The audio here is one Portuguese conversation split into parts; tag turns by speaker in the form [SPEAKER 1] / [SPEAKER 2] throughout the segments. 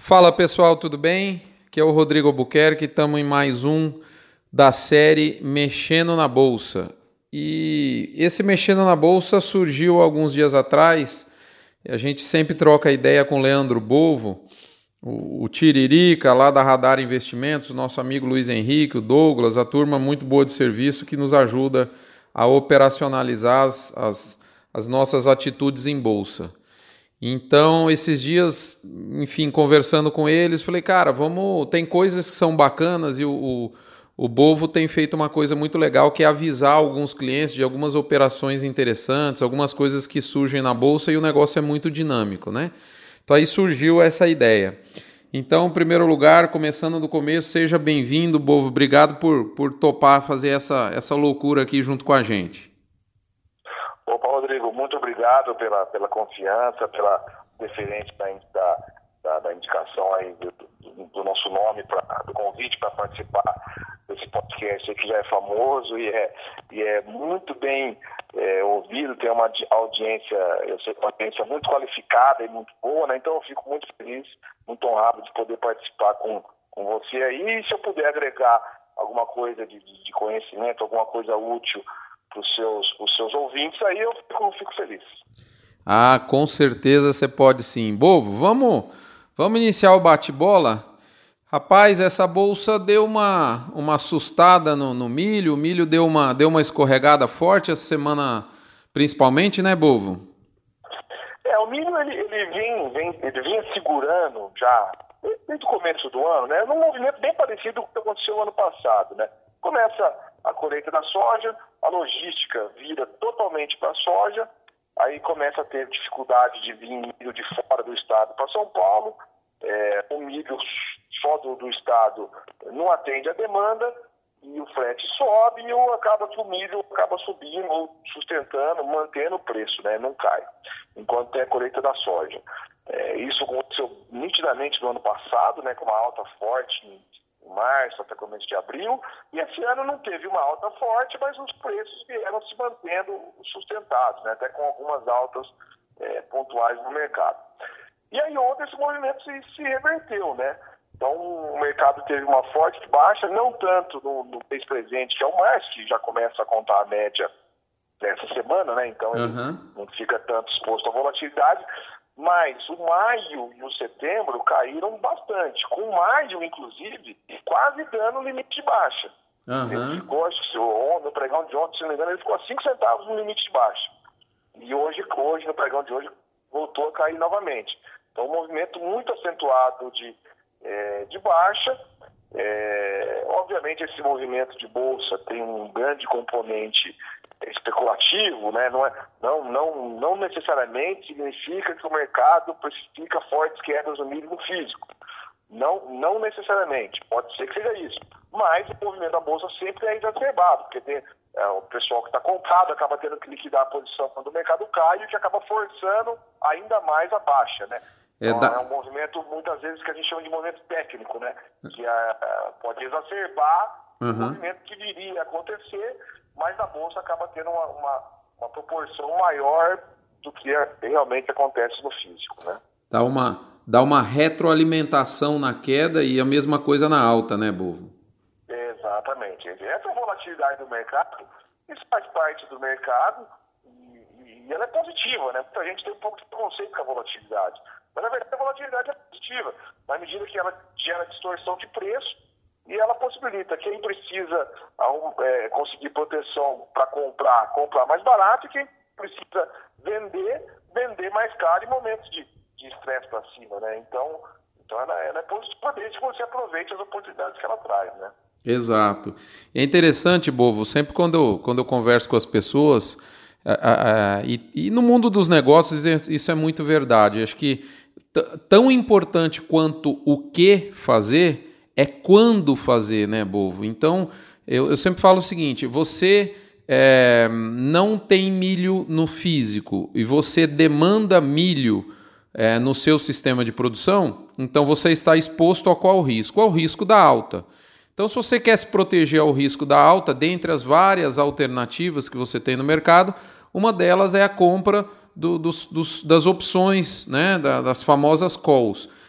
[SPEAKER 1] Fala pessoal, tudo bem? Aqui é o Rodrigo Albuquerque, estamos em mais um da série Mexendo na Bolsa. E esse Mexendo na Bolsa surgiu alguns dias atrás. A gente sempre troca ideia com o Leandro Bovo, o Tiririca lá da Radar Investimentos, nosso amigo Luiz Henrique, o Douglas, a turma muito boa de serviço que nos ajuda a operacionalizar as nossas atitudes em bolsa. Então, esses dias, enfim, conversando com eles, falei, cara, tem coisas que são bacanas e o Bovo tem feito uma coisa muito legal, que é avisar alguns clientes de algumas operações interessantes, algumas coisas que surgem na bolsa e o negócio é muito dinâmico, né? Então aí surgiu essa ideia. Então, em primeiro lugar, começando do começo, seja bem-vindo, Bovo. Obrigado por topar fazer essa loucura aqui junto com a gente.
[SPEAKER 2] Opa, Rodrigo, muito obrigado pela confiança, pela deferência da indicação aí do nosso nome, do convite para participar desse podcast que já é famoso e é muito bem ouvido, tem uma audiência, eu sei, uma audiência muito qualificada e muito boa, né? Então eu fico muito feliz, muito honrado de poder participar com você aí. E se eu puder agregar alguma coisa de conhecimento, alguma coisa útil para os seus ouvintes, aí eu fico feliz.
[SPEAKER 1] Ah, com certeza você pode sim. Bovo, vamos iniciar o bate-bola? Rapaz, essa bolsa deu uma assustada no milho, o milho deu uma escorregada forte essa semana, principalmente, né, Bovo?
[SPEAKER 2] O milho ele vinha segurando já desde o começo do ano, né, num movimento bem parecido com o que aconteceu no ano passado, né? Começa a colheita da soja, a logística vira totalmente para a soja, aí começa a ter dificuldade de vir milho de fora do estado para São Paulo, o milho só do estado não atende a demanda e o frete sobe e o milho acaba subindo ou sustentando, mantendo o preço, né? Não cai, enquanto tem a colheita da soja. Isso aconteceu nitidamente no ano passado, né, com uma alta forte em março até começo de abril, e esse ano não teve uma alta forte, mas os preços vieram se mantendo sustentados, né, até com algumas altas pontuais no mercado. E aí ontem esse movimento se reverteu, né? Então o mercado teve uma forte baixa, não tanto no mês presente, que é o março, que já começa a contar a média dessa semana, né? Então ele não fica tanto exposto à volatilidade. Mas o maio e o setembro caíram bastante, com maio, inclusive, quase dando limite de baixa. Ele ficou, acho que no pregão de ontem, se não me engano, ele ficou a 5 centavos no limite de baixa. E hoje, no pregão de hoje, voltou a cair novamente. Então, um movimento muito acentuado de baixa. Obviamente, esse movimento de bolsa tem um grande componente especulativo, né? Não necessariamente significa que o mercado precifica fortes quedas no milho no físico. Não necessariamente, pode ser que seja isso. Mas o movimento da bolsa sempre é exacerbado, porque tem o pessoal que está comprado acaba tendo que liquidar a posição quando o mercado cai, o que acaba forçando ainda mais a baixa, né? Então, é um movimento, muitas vezes, que a gente chama de movimento técnico, né? Que pode exacerbar o movimento que viria a acontecer, mas a bolsa acaba tendo uma proporção maior do que realmente acontece no físico, né?
[SPEAKER 1] Dá uma retroalimentação na queda e a mesma coisa na alta, né, Bovo?
[SPEAKER 2] Exatamente. Essa volatilidade do mercado, isso faz parte do mercado e ela é positiva, né? Muita gente tem um pouco de preconceito com a volatilidade. Mas, na verdade, a volatilidade é positiva, na medida que ela gera distorção de preço e ela possibilita quem precisa conseguir proteção para comprar mais barato, e quem precisa vender mais caro em momentos de estresse para cima, né? Então ela é positiva desde que você aproveite as oportunidades que ela traz, né?
[SPEAKER 1] Exato. É interessante, Bovo, sempre quando eu converso com as pessoas, e no mundo dos negócios isso é muito verdade. Acho que tão importante quanto o que fazer é quando fazer, né, Bovo? Então, eu sempre falo o seguinte, você não tem milho no físico e você demanda milho no seu sistema de produção, então você está exposto a qual risco? Ao risco da alta. Então, se você quer se proteger ao risco da alta, dentre as várias alternativas que você tem no mercado, uma delas é a compra das opções, né, das famosas calls.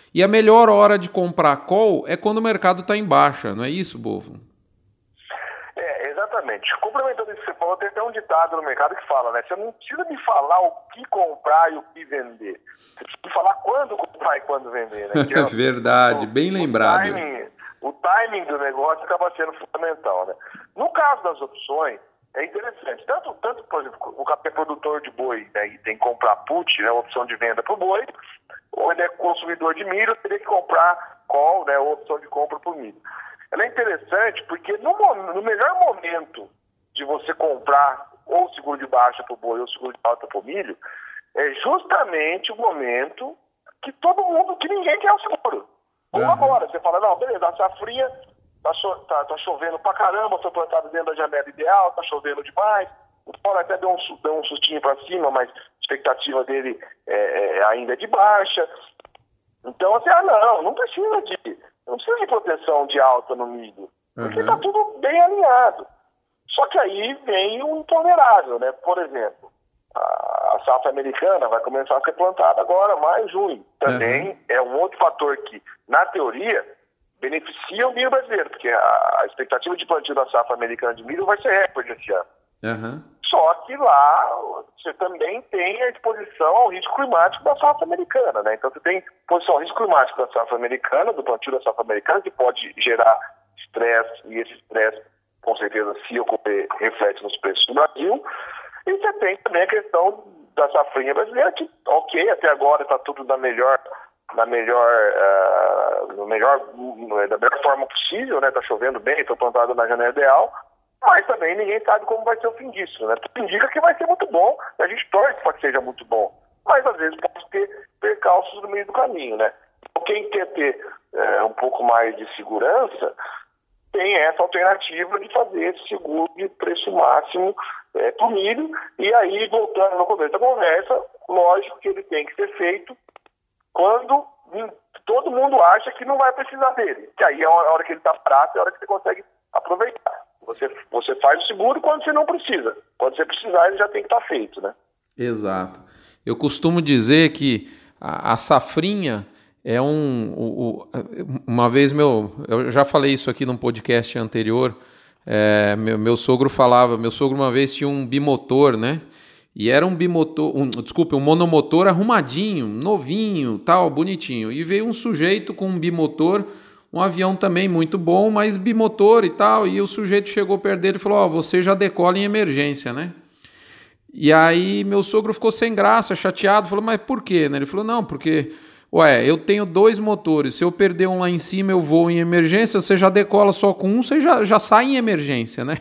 [SPEAKER 1] E a melhor hora de comprar call é quando o mercado está em baixa, não é isso, Bovo?
[SPEAKER 2] Exatamente. Complementando isso que você falou, tem até um ditado no mercado que fala, né? Você não precisa me falar o que comprar e o que vender. Você precisa me falar quando comprar e quando vender, né?
[SPEAKER 1] É verdade, bem lembrado.
[SPEAKER 2] O timing do negócio acaba sendo fundamental, né? No caso das opções, é interessante. Tanto por exemplo, o capé produtor de boi, né, e tem que comprar put, né, opção de venda para o boi, ou ele é consumidor de milho, teria que comprar call, né, ou opção de compra para o milho. Ela é interessante porque no melhor momento de você comprar ou seguro de baixa para o boi ou seguro de alta para o milho, é justamente o momento que que ninguém quer o seguro. Ou agora, você fala, não, beleza, a safrinha tá chovendo pra caramba, foi plantado dentro da janela ideal, tá chovendo demais, o Paulo até deu um sustinho pra cima, mas a expectativa dele ainda é de baixa. Então, assim, não precisa de proteção de alta no milho, porque tá tudo bem alinhado. Só que aí vem o imponderável, né? Por exemplo, a safra americana vai começar a ser plantada agora, maio, junho. Também é um outro fator que, na teoria, beneficia o milho brasileiro, porque a expectativa de plantio da safra americana de milho vai ser recorde esse ano. Só que lá você também tem a exposição ao risco climático da safra americana, né? Então você tem exposição ao risco climático da safra americana, do plantio da safra americana, que pode gerar estresse, e esse estresse, com certeza, se ocorrer, reflete nos preços do Brasil. E você tem também a questão da safrinha brasileira, que, ok, até agora está tudo da melhor forma possível, né? Está chovendo bem, está plantado na janela ideal, mas também ninguém sabe como vai ser o fim disso, né? Tudo indica que vai ser muito bom, a gente torce para que seja muito bom, mas às vezes pode ter percalços no meio do caminho, né? Então, quem quer ter um pouco mais de segurança tem essa alternativa de fazer esse seguro de preço máximo para o milho, e aí, voltando no começo da conversa, lógico que ele tem que ser feito quando todo mundo acha que não vai precisar dele, que aí é a hora que ele está barato, é a hora que você consegue aproveitar. Você faz o seguro quando você não precisa. Quando você precisar, ele já tem que estar feito, né?
[SPEAKER 1] Exato. Eu costumo dizer que a safrinha é uma vez eu já falei isso aqui num podcast anterior, meu sogro uma vez tinha um bimotor, né? E era um bimotor, um monomotor arrumadinho, novinho, tal, bonitinho. E veio um sujeito com um bimotor, um avião também muito bom, mas bimotor e tal. E o sujeito chegou perto dele e falou: você já decola em emergência, né? E aí meu sogro ficou sem graça, chateado, falou: mas por quê? Ele falou: não, porque, eu tenho 2 motores, se eu perder um lá em cima eu vou em emergência, você já decola só com um, você já sai em emergência, né?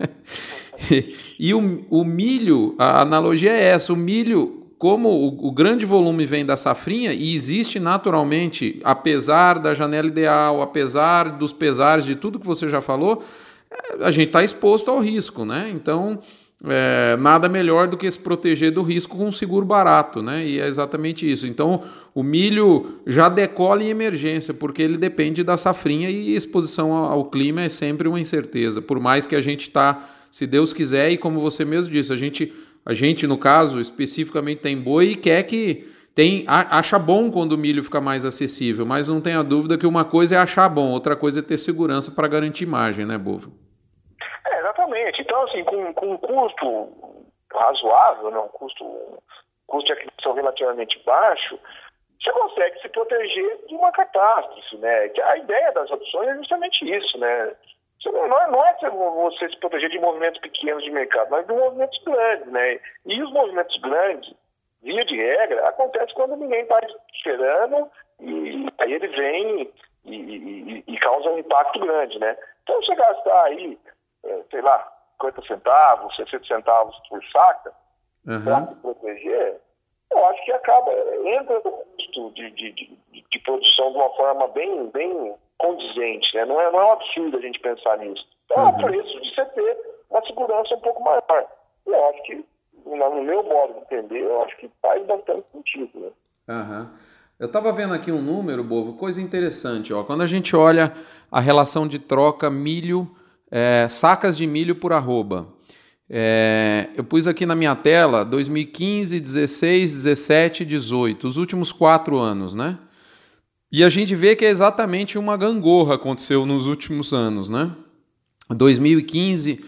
[SPEAKER 1] E o milho, a analogia é essa, o milho, como o grande volume vem da safrinha e existe naturalmente, apesar da janela ideal, apesar dos pesares de tudo que você já falou, a gente está exposto ao risco, né? Então, nada melhor do que se proteger do risco com um seguro barato, né? E é exatamente isso. Então, o milho já decola em emergência, porque ele depende da safrinha e exposição ao clima é sempre uma incerteza, por mais que a gente está, se Deus quiser, e como você mesmo disse, a gente no caso, especificamente tem boi e quer que acha bom quando o milho fica mais acessível, mas não tenha dúvida que uma coisa é achar bom, outra coisa é ter segurança para garantir margem, né, Bovo?
[SPEAKER 2] Exatamente. Então, assim, com um custo razoável, né, um custo de aquisição relativamente baixo, você consegue se proteger de uma catástrofe, né? A ideia das opções é justamente isso, né? Não é você se proteger de movimentos pequenos de mercado, mas de movimentos grandes, né? E os movimentos grandes, via de regra, acontecem quando ninguém está esperando e aí ele vem e causa um impacto grande, né? Então, você gastar aí, sei lá, 50 centavos, 60 centavos por saca, para se proteger, eu acho que entra no custo de produção de uma forma bem condizente, né? Não é um absurdo a gente pensar nisso. Então, é o preço de você ter uma segurança um pouco maior. Eu acho que, no meu modo de entender, eu acho que faz bastante sentido, né?
[SPEAKER 1] Eu estava vendo aqui um número, Bovo, coisa interessante. Quando a gente olha a relação de troca milho, sacas de milho por arroba, eu pus aqui na minha tela 2015, 16, 17, 18, os últimos 4 anos, né? E a gente vê que é exatamente uma gangorra aconteceu nos últimos anos, né? 2015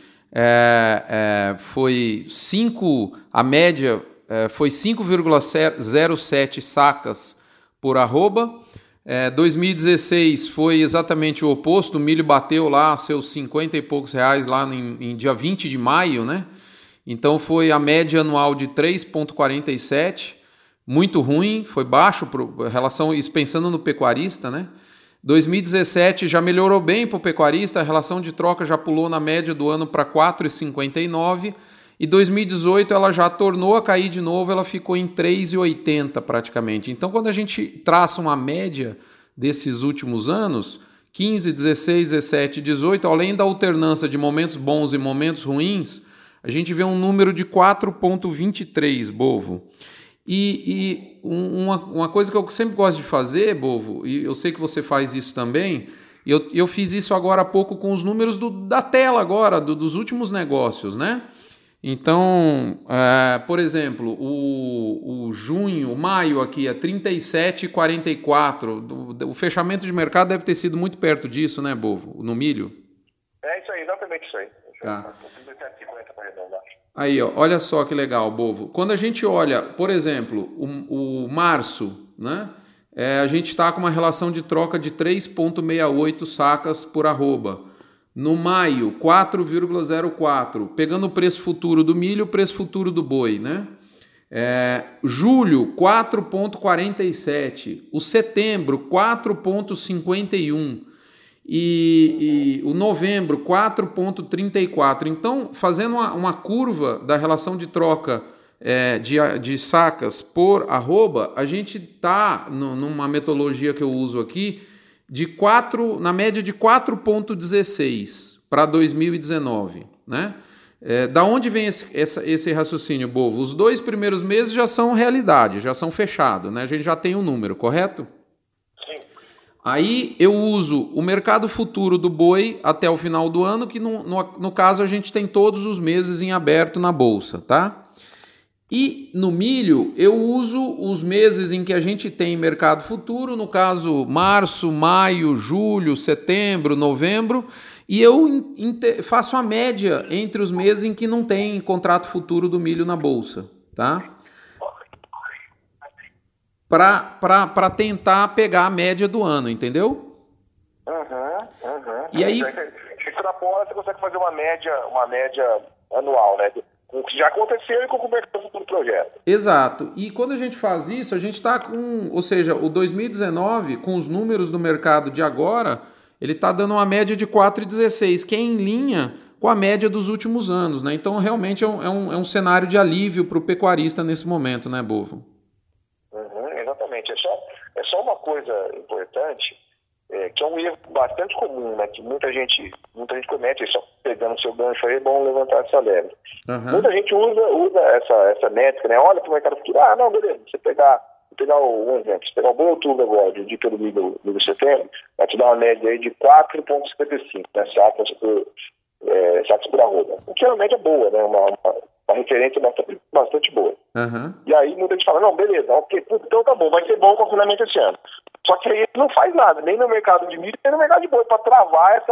[SPEAKER 1] foi 5, a média foi 5,07 sacas por arroba. 2016 foi exatamente o oposto, o milho bateu lá seus 50 e poucos reais lá em dia 20 de maio, né? Então foi a média anual de 3,47, muito ruim, foi baixo relação, isso pensando no pecuarista, né? 2017 já melhorou bem para o pecuarista, a relação de troca já pulou na média do ano para 4,59 e 2018 ela já tornou a cair de novo, ela ficou em 3,80 praticamente. Então quando a gente traça uma média desses últimos anos, 15, 16, 17, 18, além da alternância de momentos bons e momentos ruins, a gente vê um número de 4,23, Bovo. E uma coisa que eu sempre gosto de fazer, Bovo, e eu sei que você faz isso também, eu fiz isso agora há pouco com os números da tela agora, dos últimos negócios, né? Então, por exemplo, o junho, o maio aqui é 37,44. O fechamento de mercado deve ter sido muito perto disso, né, Bovo? No milho?
[SPEAKER 2] É isso aí, exatamente isso aí.
[SPEAKER 1] Tá.
[SPEAKER 2] 37,50 para arredondar.
[SPEAKER 1] Aí, ó, olha só que legal, Bovo. Quando a gente olha, por exemplo, o março, né? A gente está com uma relação de troca de 3,68 sacas por arroba. No maio, 4,04. Pegando o preço futuro do milho, o preço futuro do boi, né? Julho, 4,47. O setembro, 4,51. E o novembro, 4,34. Então, fazendo uma curva da relação de troca de sacas por arroba, a gente está numa metodologia que eu uso aqui na média de 4,16 para 2019, né? Da onde vem esse raciocínio, Bovo? Os 2 primeiros meses já são realidade, já são fechados, né? A gente já tem um número, correto? Aí eu uso o mercado futuro do boi até o final do ano, que no caso a gente tem todos os meses em aberto na bolsa, tá? E no milho eu uso os meses em que a gente tem mercado futuro, no caso março, maio, julho, setembro, novembro, e eu faço a média entre os meses em que não tem contrato futuro do milho na bolsa, tá? Para tentar pegar a média do ano, entendeu? E aí
[SPEAKER 2] você extrapola, você consegue fazer uma média anual, né? Com o que já aconteceu e com o mercado futuro projeto.
[SPEAKER 1] Exato. E quando a gente faz isso, a gente está com... Ou seja, o 2019, com os números do mercado de agora, ele está dando uma média de 4,16, que é em linha com a média dos últimos anos, né? Então, realmente é um cenário de alívio para o pecuarista nesse momento, né, Bovo?
[SPEAKER 2] Exatamente. É só uma coisa importante, que é um erro bastante comum, né? Que muita gente comete, só pegando o seu gancho aí, é bom levantar essa leve. Muita gente usa essa métrica, né? Olha para o mercado futuro, não, beleza, você pegar um exemplo, você pegar o bom outubro agora, de dica do milho de setembro, vai te dar uma média aí de 4,55, né? Sacas por arroba. O que é uma média boa, né? Uma referência bastante boa. E aí muita gente fala, não, beleza, ok, então tá bom, vai ser bom o confinamento esse ano. Só que aí ele não faz nada, nem no mercado de milho, nem no mercado de boi, para travar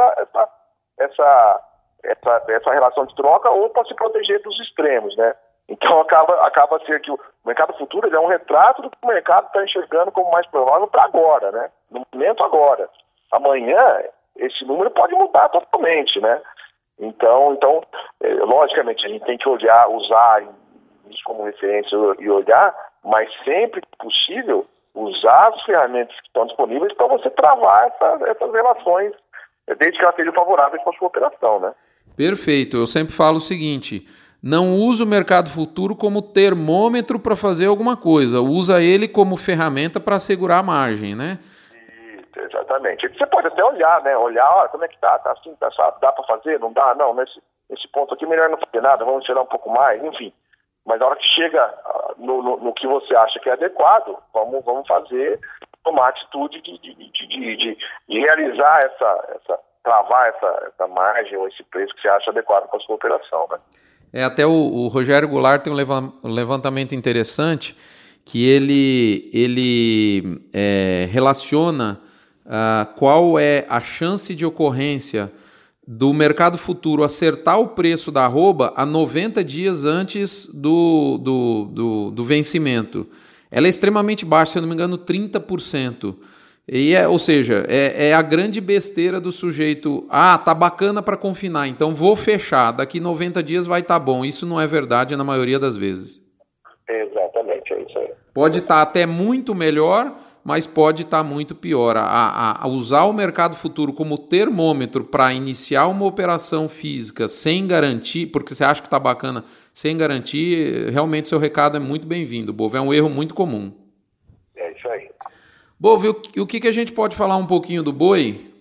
[SPEAKER 2] essa relação de troca ou para se proteger dos extremos, né? Então acaba ser que o mercado futuro ele é um retrato do que o mercado está enxergando como mais provável para agora, né? No momento agora. Amanhã, esse número pode mudar totalmente, né? Então, logicamente, a gente tem que usar isso como referência e olhar, mas sempre que possível, usar as ferramentas que estão disponíveis para você travar essas relações, desde que elas sejam favoráveis para a sua operação, né?
[SPEAKER 1] Perfeito. Eu sempre falo o seguinte, não usa o mercado futuro como termômetro para fazer alguma coisa, usa ele como ferramenta para assegurar a margem, né?
[SPEAKER 2] Exatamente. Você pode até olhar, né? Olhar, como é que tá assim, tá, dá para fazer? Não dá? Não, nesse ponto aqui melhor não fazer nada, vamos tirar um pouco mais, enfim. Mas na hora que chega no que você acha que é adequado, vamos tomar a atitude de realizar travar essa margem ou esse preço que você acha adequado para a sua operação, né?
[SPEAKER 1] Até o Rogério Goulart tem um levantamento interessante que ele relaciona qual é a chance de ocorrência do mercado futuro acertar o preço da arroba a 90 dias antes do vencimento. Ela é extremamente baixa, se eu não me engano, 30%. Ou seja, é a grande besteira do sujeito. Tá bacana para confinar, então vou fechar. Daqui 90 dias vai estar bom. Isso não é verdade na maioria das vezes.
[SPEAKER 2] Exatamente, é isso aí.
[SPEAKER 1] Pode estar até muito melhor, mas pode estar muito pior. Usar o mercado futuro como termômetro para iniciar uma operação física sem garantir, porque você acha que está bacana, sem garantir, realmente seu recado é muito bem-vindo, Bovo. É um erro muito comum.
[SPEAKER 2] É isso aí.
[SPEAKER 1] Bovo, e o que a gente pode falar um pouquinho do boi?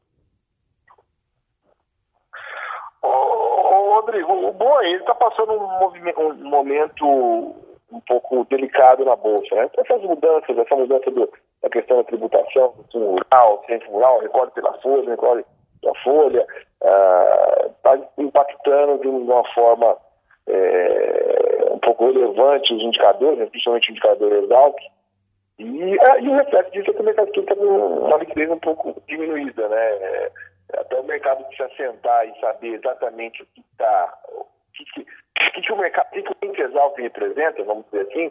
[SPEAKER 2] Rodrigo, o boi está passando um momento um pouco delicado na Bolsa, né? Essa mudança da questão da tributação, do rural, centro rural, recolhe pela folha, recolhe da folha, está impactando de uma forma um pouco relevante os indicadores, né? Principalmente o indicador Exalc, e o reflexo disso é que o mercado está com uma liquidez um pouco diminuída, né? Até o mercado se assentar e saber exatamente o que está, o mercado, o que o índice Exalc representa, vamos dizer assim,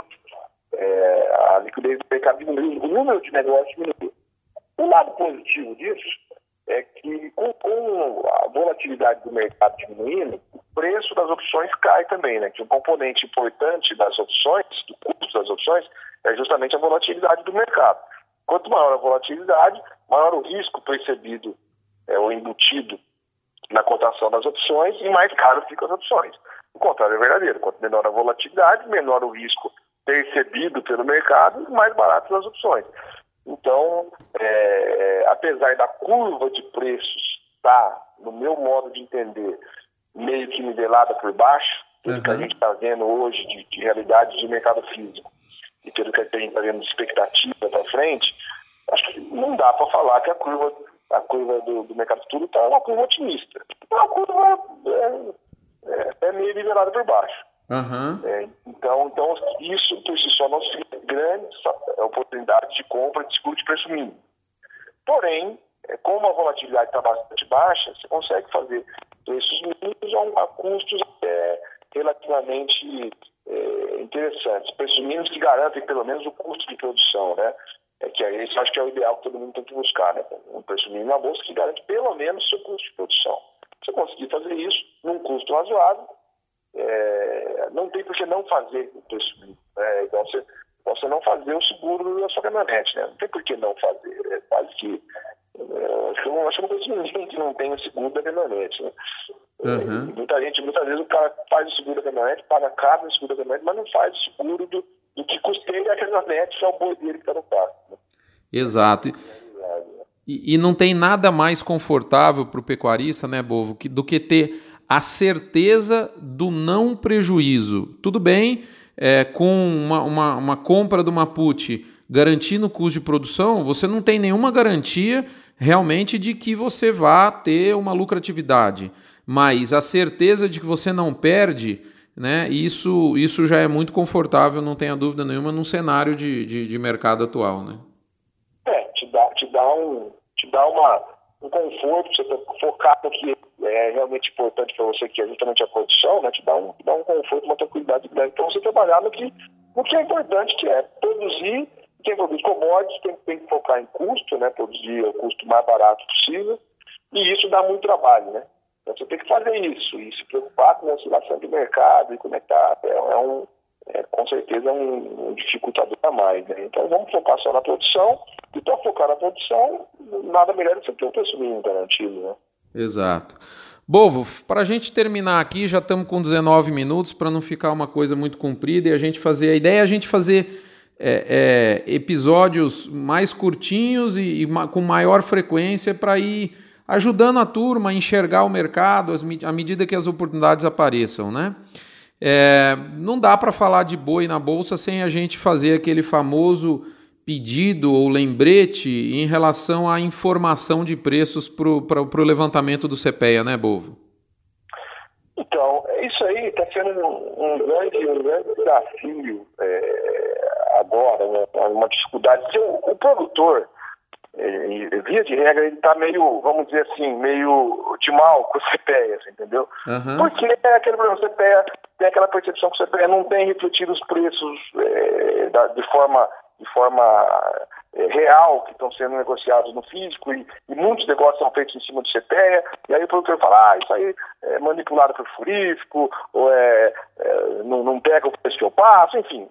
[SPEAKER 2] a liquidez do mercado diminuiu, o número de negócios diminuiu. O lado positivo disso é que com a volatilidade do mercado diminuindo, o preço das opções cai também, né? Que um componente importante das opções, do custo das opções, é justamente a volatilidade do mercado. Quanto maior a volatilidade, maior o risco percebido ou embutido na cotação das opções e mais caro ficam as opções. O contrário é verdadeiro. Quanto menor a volatilidade, menor o risco percebido pelo mercado e mais baratas as opções. Então, apesar da curva de preços estar, no meu modo de entender, meio que nivelada por baixo, tudo que a gente está vendo hoje de realidade de mercado físico e tudo que a gente está vendo de expectativa para frente, acho que não dá para falar que a curva do mercado futuro está uma curva otimista. A curva é meio nivelada por baixo. Então, isso por si só não seria grande oportunidade de compra de seguro de preço mínimo. Porém, como a volatilidade está bastante baixa, você consegue fazer preços mínimos a custos relativamente interessantes. Preços mínimos que garantem pelo menos o custo de produção, né? Isso acho que é o ideal que todo mundo tem que buscar, né? Um preço mínimo na bolsa que garante pelo menos o seu custo de produção. Se você conseguir fazer isso num custo razoável, não tem por que não fazer o preço mínimo. Então, você não fazer o seguro da sua caminhonete, né? Não tem por que não fazer. É quase que... acho que eu não conheço ninguém que não tem o seguro da caminhonete, né? Muitas vezes o cara faz o seguro da caminhonete, paga caro no seguro da caminhonete, mas não faz o seguro do que custeia a caminhonete, que é o boi dele que está no carro, né?
[SPEAKER 1] Exato. E não tem nada mais confortável para o pecuarista, né, Bovo, do que ter a certeza do não prejuízo. Tudo bem, com uma compra de uma put garantindo o custo de produção, você não tem nenhuma garantia realmente de que você vá ter uma lucratividade. Mas a certeza de que você não perde, né, isso já é muito confortável, não tenha dúvida nenhuma, num cenário de mercado atual, né? Te dá um conforto, você focar no que é realmente importante para você, que é justamente a produção, né? Te dá um conforto, uma tranquilidade grande para você trabalhar no que é importante, que é produzir. Quem produz commodities tem que focar em custo, né? Produzir o custo mais barato possível, e isso dá muito trabalho, né? Então você tem que fazer isso e se preocupar com a oscilação de mercado e como é que está. Com certeza é um dificultador a mais, né? Então vamos focar só na produção, e para focar na produção, nada melhor do que ter um preço mínimo garantido, né? Exato. Bovo, para a gente terminar aqui, já estamos com 19 minutos, para não ficar uma coisa muito comprida, e a ideia é a gente fazer episódios mais curtinhos e com maior frequência para ir ajudando a turma a enxergar o mercado à medida que as oportunidades apareçam, né? Não dá para falar de boi na bolsa sem a gente fazer aquele famoso pedido ou lembrete em relação à informação de preços para o levantamento do CPEA, né, Bovo?
[SPEAKER 2] Então, isso aí está sendo um grande desafio agora, né? Uma dificuldade. O produtor, via de regra, ele está meio, vamos dizer assim, meio de mal com o CPEA, entendeu?
[SPEAKER 1] Uhum.
[SPEAKER 2] Porque é aquele problema, o CPEA tem aquela percepção que o CPEA não tem refletido os preços de forma real que estão sendo negociados no físico e muitos negócios são feitos em cima do CPEA, e aí o produtor fala, isso aí é manipulado por furífico, ou não pega o preço que eu passo, enfim,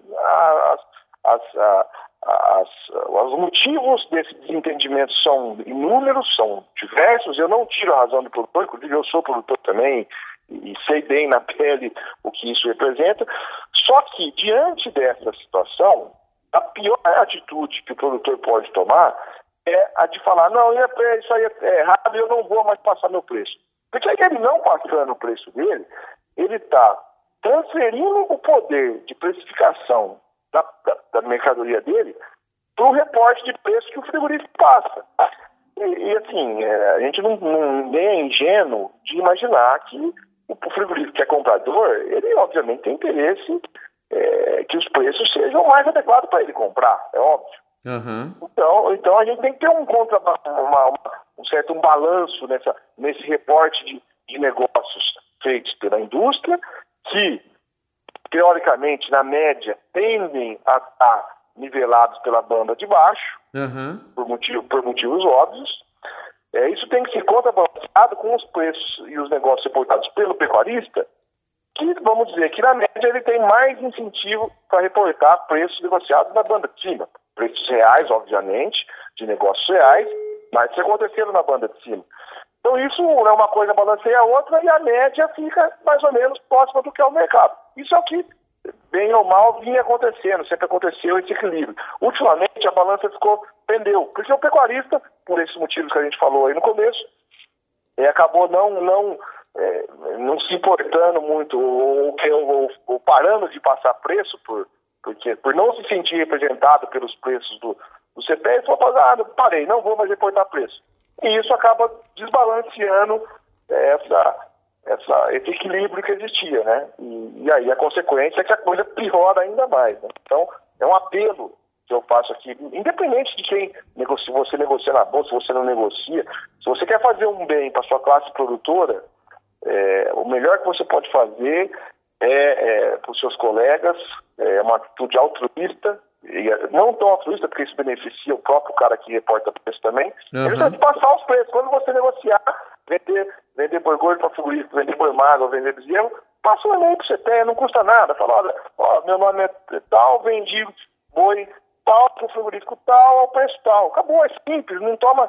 [SPEAKER 2] os motivos desse desentendimento são inúmeros, são diversos. Eu não tiro a razão do produtor, inclusive eu sou produtor também e sei bem na pele o que isso representa. Só que, diante dessa situação, a pior atitude que o produtor pode tomar é a de falar, não, isso aí é errado, eu não vou mais passar meu preço. Porque aí ele não passando o preço dele, ele está transferindo o poder de precificação da mercadoria dele para o reporte de preço que o frigorífico passa. E assim, a gente nem é ingênuo de imaginar que o frigorífico que é comprador, ele obviamente tem interesse que os preços sejam mais adequados para ele comprar, é óbvio.
[SPEAKER 1] Uhum.
[SPEAKER 2] Então a gente tem que ter um balanço nesse reporte de negócios feitos pela indústria, que teoricamente, na média, tendem a estar nivelados pela banda de baixo,
[SPEAKER 1] uhum,
[SPEAKER 2] por motivos óbvios. Isso tem que ser contrabalanceado com os preços e os negócios reportados pelo pecuarista, que, vamos dizer, que na média ele tem mais incentivo para reportar preços negociados na banda de cima. Preços reais, obviamente, de negócios reais, mas isso acontecendo na banda de cima. Então isso é uma coisa balanceia a outra e a média fica mais ou menos próxima do que é o mercado. Isso é o que, bem ou mal, vinha acontecendo, sempre aconteceu esse equilíbrio. Ultimamente a balança pendeu, porque o pecuarista, por esses motivos que a gente falou aí no começo, acabou não se importando muito, ou parando de passar preço, por não se sentir representado pelos preços do CPEA, e falou, parei, não vou mais reportar preço. E isso acaba desbalanceando esse equilíbrio que existia, né? E aí a consequência é que a coisa piora ainda mais, né? Então, é um apelo que eu faço aqui, independente de quem negocia, se você negocia na bolsa, se você não negocia, se você quer fazer um bem para sua classe produtora, o melhor que você pode fazer para os seus colegas, uma atitude altruísta, e não tão altruísta, porque isso beneficia o próprio cara que reporta preço também, é passar os preços. Quando você negociar, vender boi gordo para frigorífico, vender boi magro, vender bezerro, passa um e-mail para o CPEA, não custa nada. Fala, meu nome é tal, vendi boi tal, para o frigorífico tal, ao preço tal. Acabou, é simples, não toma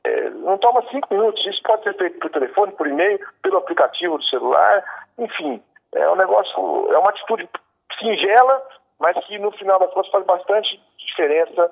[SPEAKER 2] 5 minutos. Isso pode ser feito por telefone, por e-mail, pelo aplicativo do celular, enfim. É uma atitude singela, mas que no final das contas faz bastante diferença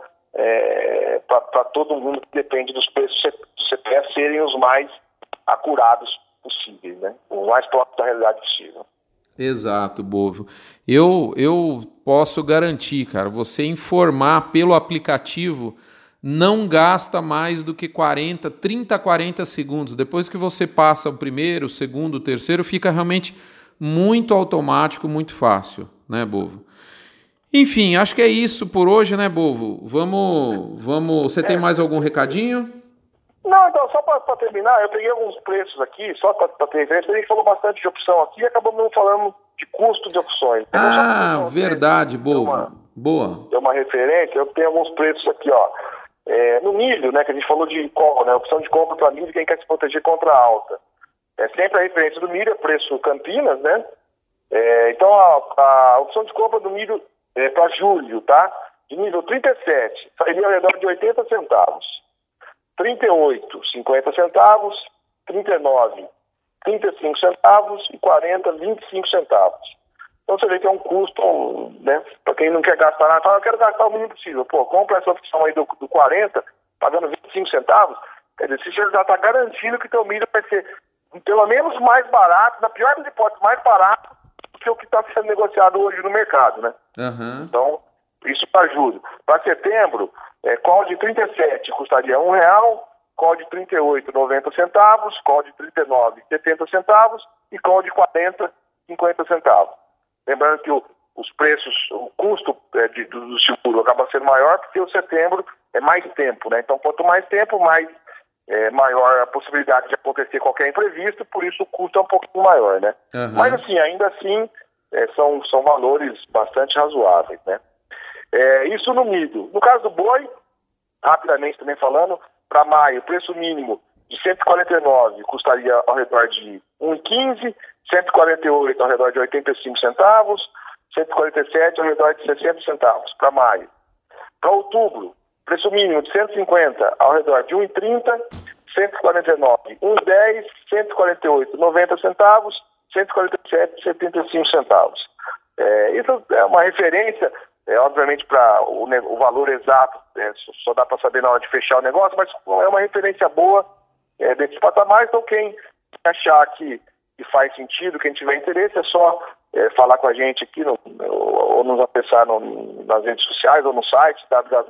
[SPEAKER 2] para todo mundo que depende dos preços do CPEA serem os mais acurados possíveis, né? O mais próximo da realidade possível.
[SPEAKER 1] Exato, Bovo. Eu posso garantir, cara, você informar pelo aplicativo não gasta mais do que 30 a 40 segundos. Depois que você passa o primeiro, o segundo, o terceiro, fica realmente muito automático, muito fácil, né, Bovo? Enfim, acho que é isso por hoje, né, Bovo? Vamos. Você tem mais algum recadinho?
[SPEAKER 2] Não, então, só para terminar, eu peguei alguns preços aqui, só para ter referência, a gente falou bastante de opção aqui e acabamos não falando de custo de opções.
[SPEAKER 1] Verdade, Bovo. Boa.
[SPEAKER 2] Deu uma referência, eu tenho alguns preços aqui, ó. No milho, né, que a gente falou de compra, né, opção de compra para milho, quem quer se proteger contra a alta. Sempre a referência do milho é preço Campinas, né? Então, a opção de compra do milho para julho, tá? De nível 37, sairia ao redor de 80 centavos. 38, 50 centavos. 39, 35 centavos. E 40, 25 centavos. Então você vê que é um custo, né? Para quem não quer gastar nada, fala, eu quero gastar o mínimo possível. Pô, compra essa opção aí do 40, pagando 25 centavos. Quer dizer, você já está garantindo que teu milho vai ser pelo menos mais barato, na pior das hipóteses, mais barato do que o que está sendo negociado hoje no mercado, né?
[SPEAKER 1] Uhum.
[SPEAKER 2] Então, isso para julho. Para setembro, call de 37 custaria R$1, call de 38, 90 centavos, call de 39, 70 centavos, e com o de 40, 50 centavos. Lembrando que os preços, o custo do seguro acaba sendo maior porque o setembro é mais tempo, né? Então, quanto mais tempo, maior a possibilidade de acontecer qualquer imprevisto, por isso o custo é um pouquinho maior, né?
[SPEAKER 1] Uhum.
[SPEAKER 2] Mas, assim, ainda assim, são valores bastante razoáveis, né? Isso no milho. No caso do boi, rapidamente também falando, para maio, preço mínimo de 149 custaria ao redor de 1,15, 148 ao redor de 85 centavos, 147 ao redor de 60 centavos para maio. Para outubro, preço mínimo de 150 ao redor de 1,30, 149, 1,10, 148, 90 centavos, 147, 75 centavos. Isso é uma referência, obviamente, para o valor exato, só dá para saber na hora de fechar o negócio, mas é uma referência boa desses patamares. Então, quem achar que faz sentido, quem tiver interesse, é só falar com a gente aqui ou nos acessar nas redes sociais ou no site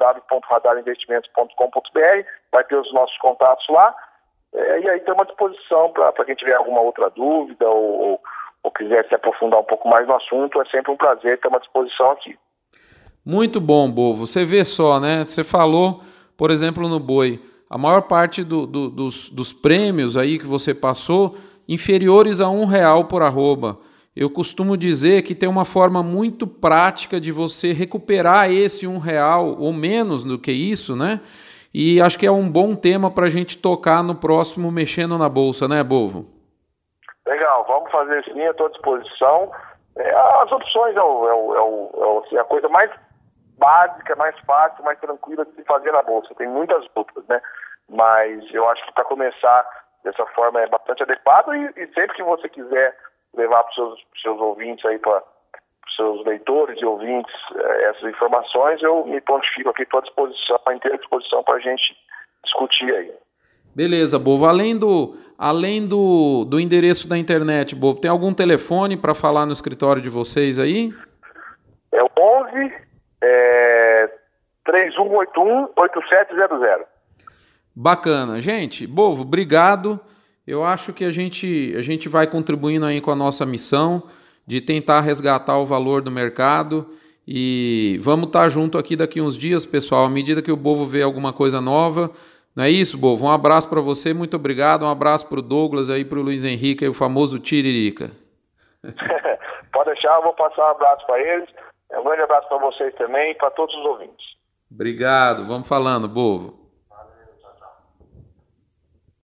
[SPEAKER 2] www.radarinvestimentos.com.br, vai ter os nossos contatos lá, e aí estamos à disposição para quem tiver alguma outra dúvida ou quiser se aprofundar um pouco mais no assunto. É sempre um prazer, estamos à disposição aqui.
[SPEAKER 1] Muito bom, Bovo. Você vê só, né? Você falou, por exemplo, no boi, a maior parte dos prêmios aí que você passou, inferiores a R$1 por arroba. Eu costumo dizer que tem uma forma muito prática de você recuperar esse R$1 ou menos do que isso, né? E acho que é um bom tema para a gente tocar no próximo Mexendo na Bolsa, né, Bovo?
[SPEAKER 2] Legal, vamos fazer sim, eu estou à disposição. As opções é a coisa mais básica, mais fácil, mais tranquila de se fazer na Bolsa. Tem muitas outras, né? Mas eu acho que para começar dessa forma é bastante adequado e sempre que você quiser levar para os seus ouvintes aí, para os seus leitores e ouvintes essas informações, eu me prontifico aqui, estou à disposição, à inteira disposição para a gente discutir aí.
[SPEAKER 1] Beleza, Bovo. Além do endereço da internet, Bovo, tem algum telefone para falar no escritório de vocês aí?
[SPEAKER 2] É o 11 3181 8700.
[SPEAKER 1] Bacana. Gente, Bovo, obrigado. Eu acho que a gente vai contribuindo aí com a nossa missão de tentar resgatar o valor do mercado e vamos estar junto aqui daqui uns dias, pessoal, à medida que o Bovo vê alguma coisa nova. Não é isso, Bovo? Um abraço para você, muito obrigado. Um abraço para o Douglas aí, para o Luiz Henrique, o famoso Tiririca.
[SPEAKER 2] Pode deixar, eu vou passar um abraço para eles. Um grande abraço para vocês também e para todos os ouvintes.
[SPEAKER 1] Obrigado, vamos falando, Bovo.